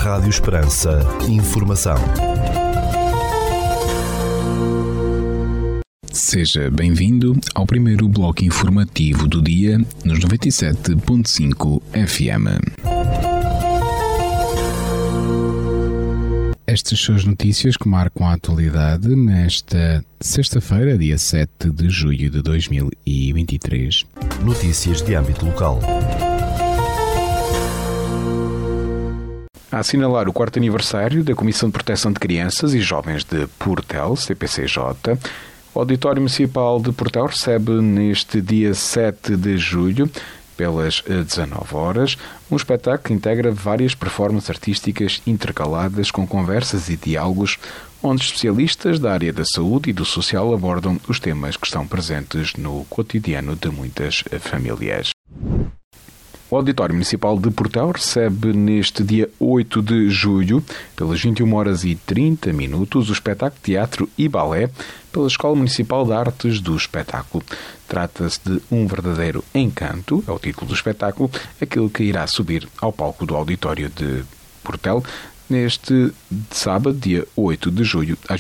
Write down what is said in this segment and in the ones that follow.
Rádio Esperança. Informação. Seja bem-vindo ao primeiro bloco informativo do dia nos 97.5 FM. Estas são as notícias que marcam a atualidade nesta sexta-feira, dia 7 de julho de 2023. Notícias de âmbito local. A assinalar o 4º aniversário da Comissão de Proteção de Crianças e Jovens de Portel, CPCJ, o Auditório Municipal de Portel recebe neste dia 7 de julho, pelas 19 horas, um espetáculo que integra várias performances artísticas intercaladas com conversas e diálogos, onde especialistas da área da saúde e do social abordam os temas que estão presentes no cotidiano de muitas famílias. O Auditório Municipal de Portel recebe neste dia 8 de julho, pelas 21h30, o espetáculo Teatro e Balé pela Escola Municipal de Artes do Espetáculo. Trata-se de um verdadeiro encanto, é o título do espetáculo, aquele que irá subir ao palco do Auditório de Portel neste sábado, dia 8 de julho, às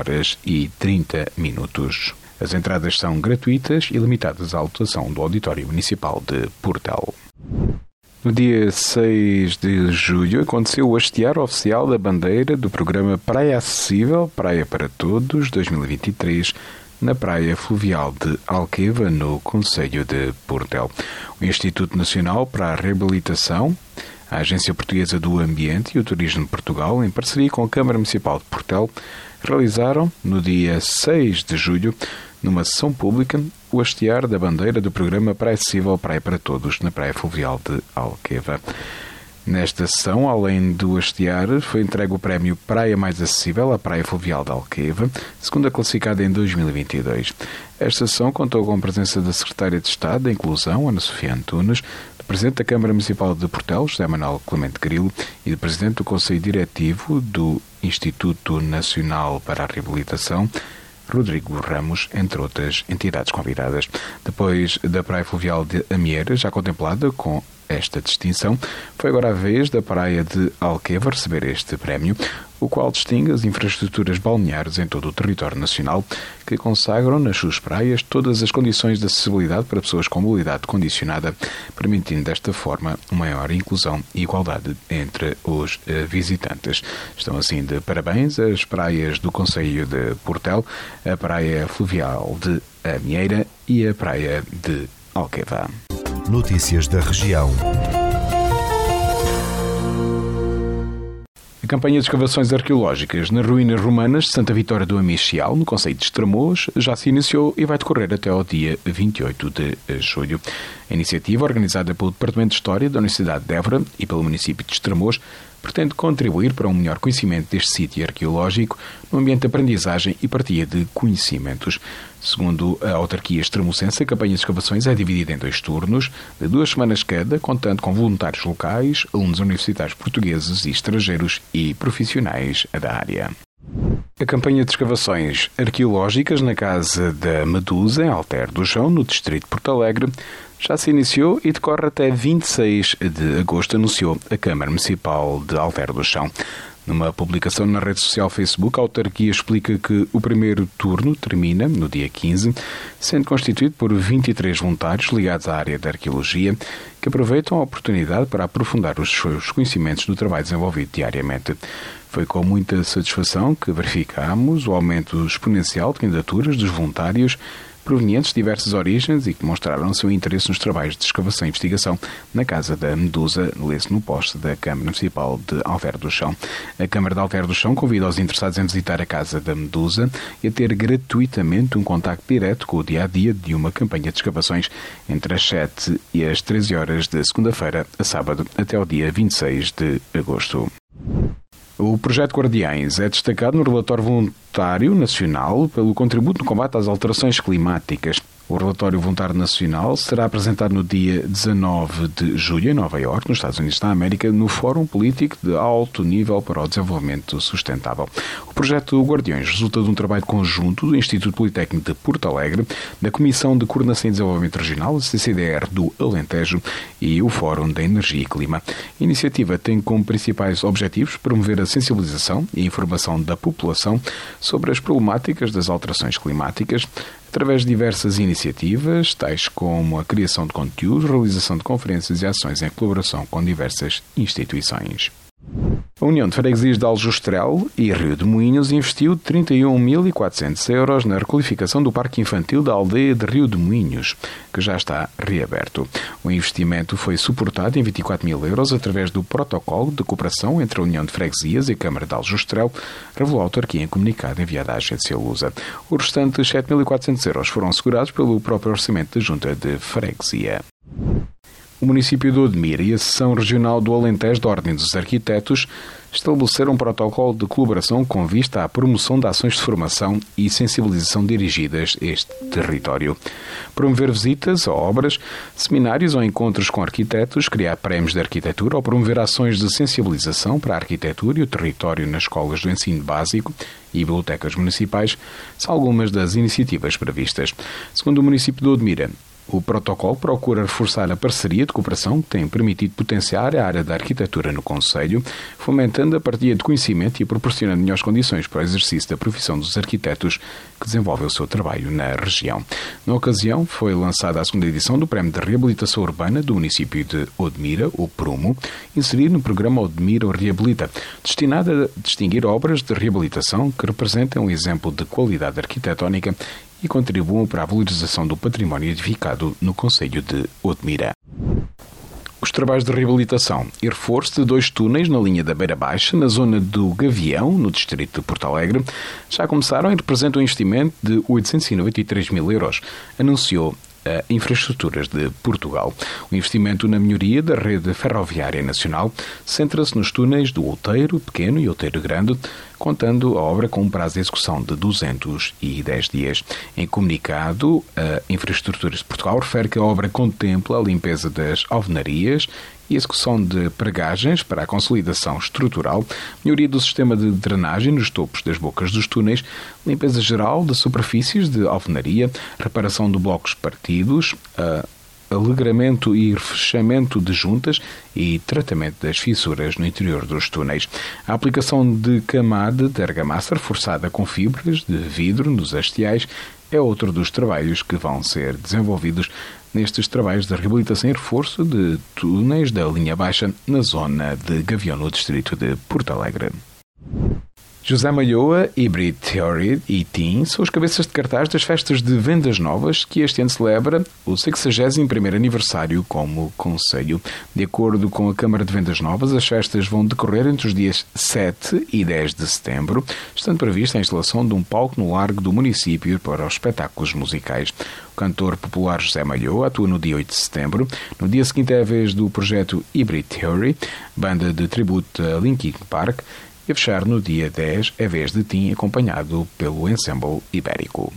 21h30. As entradas são gratuitas e limitadas à lotação do Auditório Municipal de Portel. No dia 6 de julho aconteceu o hastear oficial da bandeira do programa Praia Acessível, Praia para Todos 2023, na Praia Fluvial de Alqueva, no concelho de Portel. O Instituto Nacional para a Reabilitação, a Agência Portuguesa do Ambiente e o Turismo de Portugal, em parceria com a Câmara Municipal de Portel, realizaram, no dia 6 de julho, numa sessão pública, o hastear da bandeira do programa Praia Acessível, Praia para Todos, na Praia Fluvial de Alqueva. Nesta sessão, além do hastear, foi entregue o prémio Praia Mais Acessível à Praia Fluvial de Alqueva, segunda classificada em 2022. Esta sessão contou com a presença da Secretária de Estado da Inclusão, Ana Sofia Antunes, do Presidente da Câmara Municipal de Portel, José Manuel Clemente Grilo, e do Presidente do Conselho Diretivo do Instituto Nacional para a Reabilitação, Rodrigo Ramos, entre outras entidades convidadas. Depois da Praia Fluvial de Amieira, já contemplada com esta distinção, foi agora a vez da Praia de Alqueva receber este prémio, o qual distingue as infraestruturas balneares em todo o território nacional, que consagram nas suas praias todas as condições de acessibilidade para pessoas com mobilidade condicionada, permitindo desta forma uma maior inclusão e igualdade entre os visitantes. Estão assim de parabéns as praias do concelho de Portel, a Praia Fluvial de Amieira e a Praia de Alqueva. Notícias da região. A campanha de escavações arqueológicas nas ruínas romanas de Santa Vitória do Amichial, no concelho de Estremoz, já se iniciou e vai decorrer até ao dia 28 de julho. A iniciativa, organizada pelo Departamento de História da Universidade de Évora e pelo município de Estremoz, pretende contribuir para um melhor conhecimento deste sítio arqueológico no ambiente de aprendizagem e partilha de conhecimentos. Segundo a autarquia extremocense, a campanha de escavações é dividida em 2 turnos, de 2 semanas cada, contando com voluntários locais, alunos universitários portugueses e estrangeiros e profissionais da área. A campanha de escavações arqueológicas na Casa da Medusa, em Alter do Chão, no distrito de Porto Alegre, já se iniciou e decorre até 26 de agosto, anunciou a Câmara Municipal de Alter do Chão. Numa publicação na rede social Facebook, a autarquia explica que o primeiro turno termina no dia 15, sendo constituído por 23 voluntários ligados à área da arqueologia, que aproveitam a oportunidade para aprofundar os seus conhecimentos no trabalho desenvolvido diariamente. Foi com muita satisfação que verificamos o aumento exponencial de candidaturas dos voluntários provenientes de diversas origens e que demonstraram seu interesse nos trabalhos de escavação e investigação na Casa da Medusa, lê-se no poste da Câmara Municipal de Alter do Chão. A Câmara de Alter do Chão convida os interessados em visitar a Casa da Medusa e a ter gratuitamente um contacto direto com o dia-a-dia de uma campanha de escavações entre as 7 e as 13 horas de segunda-feira a sábado até ao dia 26 de agosto. O projeto Guardiães é destacado no relatório voluntário nacional pelo contributo no combate às alterações climáticas. O relatório voluntário nacional será apresentado no dia 19 de julho em Nova Iorque, nos Estados Unidos da América, no Fórum Político de Alto Nível para o Desenvolvimento Sustentável. O projeto Guardiões resulta de um trabalho conjunto do Instituto Politécnico de Porto Alegre, da Comissão de Coordenação e Desenvolvimento Regional, a CCDR do Alentejo e o Fórum da Energia e Clima. A iniciativa tem como principais objetivos promover a sensibilização e informação da população sobre as problemáticas das alterações climáticas, através de diversas iniciativas, tais como a criação de conteúdos, realização de conferências e ações em colaboração com diversas instituições. A União de Freguesias de Aljustrel e Rio de Moinhos investiu 31.400 euros na requalificação do Parque Infantil da aldeia de Rio de Moinhos, que já está reaberto. O investimento foi suportado em 24.000 euros através do protocolo de cooperação entre a União de Freguesias e a Câmara de Aljustrel, revelou a autarquia em comunicado enviado à agência Lusa. Os restantes 7.400 euros foram assegurados pelo próprio orçamento da Junta de Freguesia. O município de Odmira e a Seção Regional do Alentejo da Ordem dos Arquitetos estabeleceram um protocolo de colaboração com vista à promoção de ações de formação e sensibilização dirigidas a este território. Promover visitas a obras, seminários ou encontros com arquitetos, criar prémios de arquitetura ou promover ações de sensibilização para a arquitetura e o território nas escolas do ensino básico e bibliotecas municipais são algumas das iniciativas previstas. Segundo o município de Odmira, o protocolo procura reforçar a parceria de cooperação que tem permitido potenciar a área da arquitetura no concelho, fomentando a partilha de conhecimento e proporcionando melhores condições para o exercício da profissão dos arquitetos que desenvolvem o seu trabalho na região. Na ocasião, foi lançada a segunda edição do Prémio de Reabilitação Urbana do município de Odmira, o PRUMO, inserido no programa Odmira Reabilita, destinado a distinguir obras de reabilitação que representam um exemplo de qualidade arquitetónica e contribuam para a valorização do património edificado no concelho de Odmira. Os trabalhos de reabilitação e reforço de 2 túneis na linha da Beira Baixa, na zona do Gavião, no distrito de Porto Alegre, já começaram e representam um investimento de 893.000 euros, anunciou a Infraestruturas de Portugal. O investimento na melhoria da rede ferroviária nacional centra-se nos túneis do Outeiro Pequeno e Outeiro Grande, contando a obra com um prazo de execução de 210 dias. Em comunicado, a Infraestruturas de Portugal refere que a obra contempla a limpeza das alvenarias e execução de pregagens para a consolidação estrutural, melhoria do sistema de drenagem nos topos das bocas dos túneis, limpeza geral de superfícies de alvenaria, reparação de blocos partidos, alegramento e refechamento de juntas e tratamento das fissuras no interior dos túneis. A aplicação de camada de argamassa reforçada com fibras de vidro nos hastiais é outro dos trabalhos que vão ser desenvolvidos nestes trabalhos de reabilitação e reforço de túneis da linha baixa na zona de Gavião, no distrito de Porto Alegre. José Malhoa, Hybrid Theory e Team são os cabeças de cartaz das festas de Vendas Novas que este ano celebra o 61º aniversário como concelho. De acordo com a Câmara de Vendas Novas, as festas vão decorrer entre os dias 7 e 10 de setembro, estando prevista a instalação de um palco no largo do município para os espetáculos musicais. O cantor popular José Malhoa atua no dia 8 de setembro. No dia seguinte é a vez do projeto Hybrid Theory, banda de tributo a Linkin Park, e a fechar no dia 10 é vez de Tim, acompanhado pelo Ensemble Ibérico.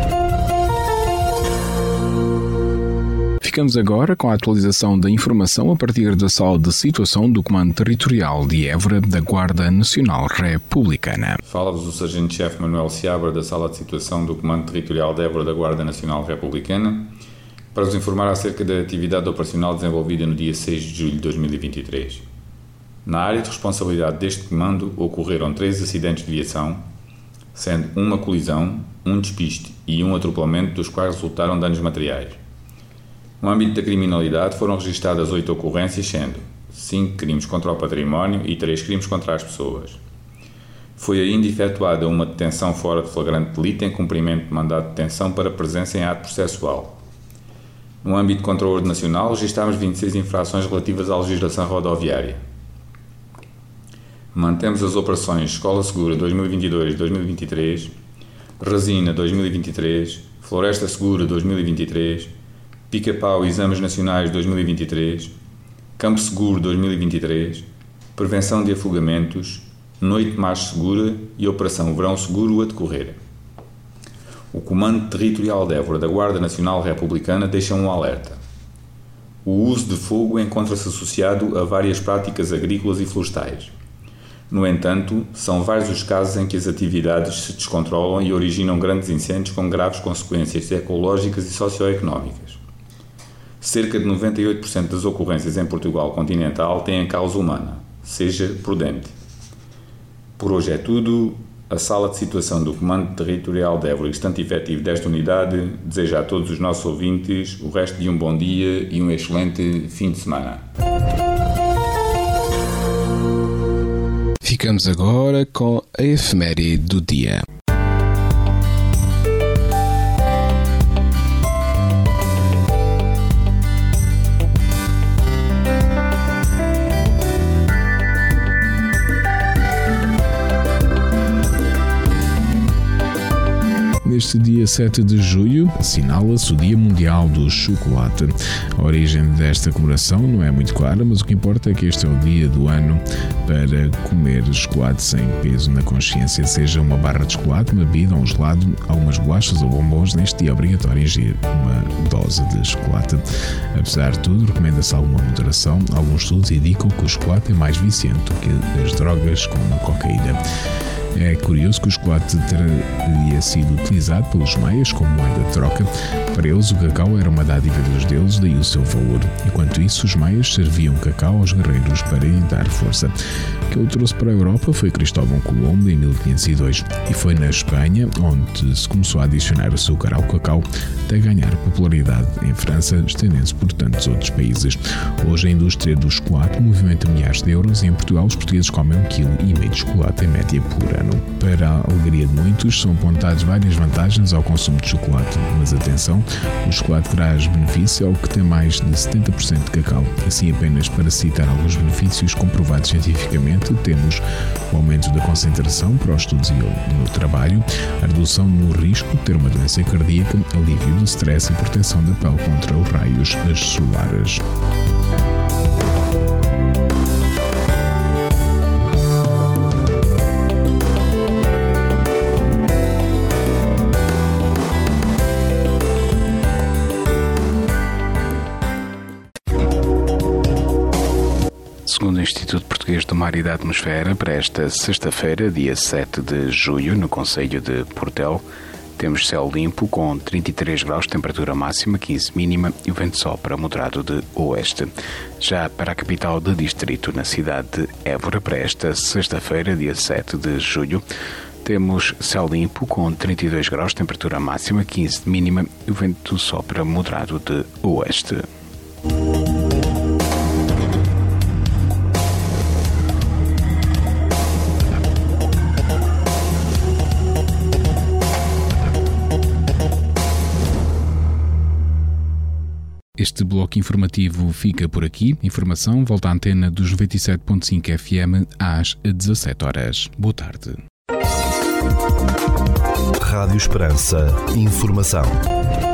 Ficamos agora com a atualização da informação a partir da sala de situação do Comando Territorial de Évora da Guarda Nacional Republicana. Fala-vos o Sargento-Chefe Manuel Seabra da sala de situação do Comando Territorial de Évora da Guarda Nacional Republicana para vos informar acerca da atividade operacional desenvolvida no dia 6 de julho de 2023. Na área de responsabilidade deste comando ocorreram 3 acidentes de viação, sendo uma colisão, um despiste e um atropelamento, dos quais resultaram danos materiais. No âmbito da criminalidade foram registadas 8 ocorrências, sendo 5 crimes contra o património e 3 crimes contra as pessoas. Foi ainda efetuada uma detenção fora de flagrante delito em cumprimento de mandado de detenção para presença em ato processual. No âmbito contra a ordem nacional, registámos 26 infrações relativas à legislação rodoviária. Mantemos as operações Escola Segura 2022-2023, Resina 2023, Floresta Segura 2023, Pica-Pau Exames Nacionais 2023, Campo Seguro 2023, Prevenção de Afogamentos, Noite Mais Segura e Operação Verão Seguro a decorrer. o Comando Territorial de Évora da Guarda Nacional Republicana deixa um alerta. O uso de fogo encontra-se associado a várias práticas agrícolas e florestais. No entanto, são vários os casos em que as atividades se descontrolam e originam grandes incêndios com graves consequências ecológicas e socioeconómicas. Cerca de 98% das ocorrências em Portugal continental têm causa humana. Seja prudente. Por hoje é tudo. A Sala de Situação do Comando Territorial de Évora, instante efetivo desta unidade, deseja a todos os nossos ouvintes o resto de um bom dia e um excelente fim de semana. Ficamos agora com a efeméride do dia. Neste dia 7 de julho, assinala-se o Dia Mundial do Chocolate. A origem desta comemoração não é muito clara, mas o que importa é que este é o dia do ano para comer chocolate sem peso na consciência, seja uma barra de chocolate, uma bebida, um gelado, algumas bolachas ou bombons. Neste dia é obrigatório ingerir uma dose de chocolate. Apesar de tudo, recomenda-se alguma moderação. Alguns estudos indicam que o chocolate é mais viciante do que as drogas como a cocaína. É curioso que o chocolate teria sido utilizado pelos maias como moeda de troca. Para eles, o cacau era uma dádiva dos deuses, daí o seu valor. Enquanto isso, os maias serviam cacau aos guerreiros para lhe dar força. Quem o trouxe para a Europa foi Cristóvão Colombo em 1502 e foi na Espanha onde se começou a adicionar açúcar ao cacau até ganhar popularidade em França, estendendo-se por tantos outros países. Hoje a indústria do chocolate movimenta milhares de euros e em Portugal os portugueses comem 1,5 kg de chocolate em média por ano. Para a alegria de muitos, são apontadas várias vantagens ao consumo de chocolate, mas atenção, o chocolate traz benefício ao que tem mais de 70% de cacau. Assim, apenas para citar alguns benefícios comprovados cientificamente, temos o aumento da concentração para os estudos e no trabalho, a redução no risco de ter uma doença cardíaca, alívio do stress e proteção da pele contra os raios solares. Segundo o Instituto Português do Mar e da Atmosfera, para esta sexta-feira, dia 7 de julho, no concelho de Portel, temos céu limpo com 33 graus, temperatura máxima, 15 mínima e o vento sopra moderado de oeste. Já para a capital do distrito, na cidade de Évora, para esta sexta-feira, dia 7 de julho, temos céu limpo com 32 graus, temperatura máxima, 15 mínima e o vento sopra moderado de oeste. Este bloco informativo fica por aqui. Informação volta à antena dos 97.5 FM às 17 horas. Boa tarde. Rádio Esperança. Informação.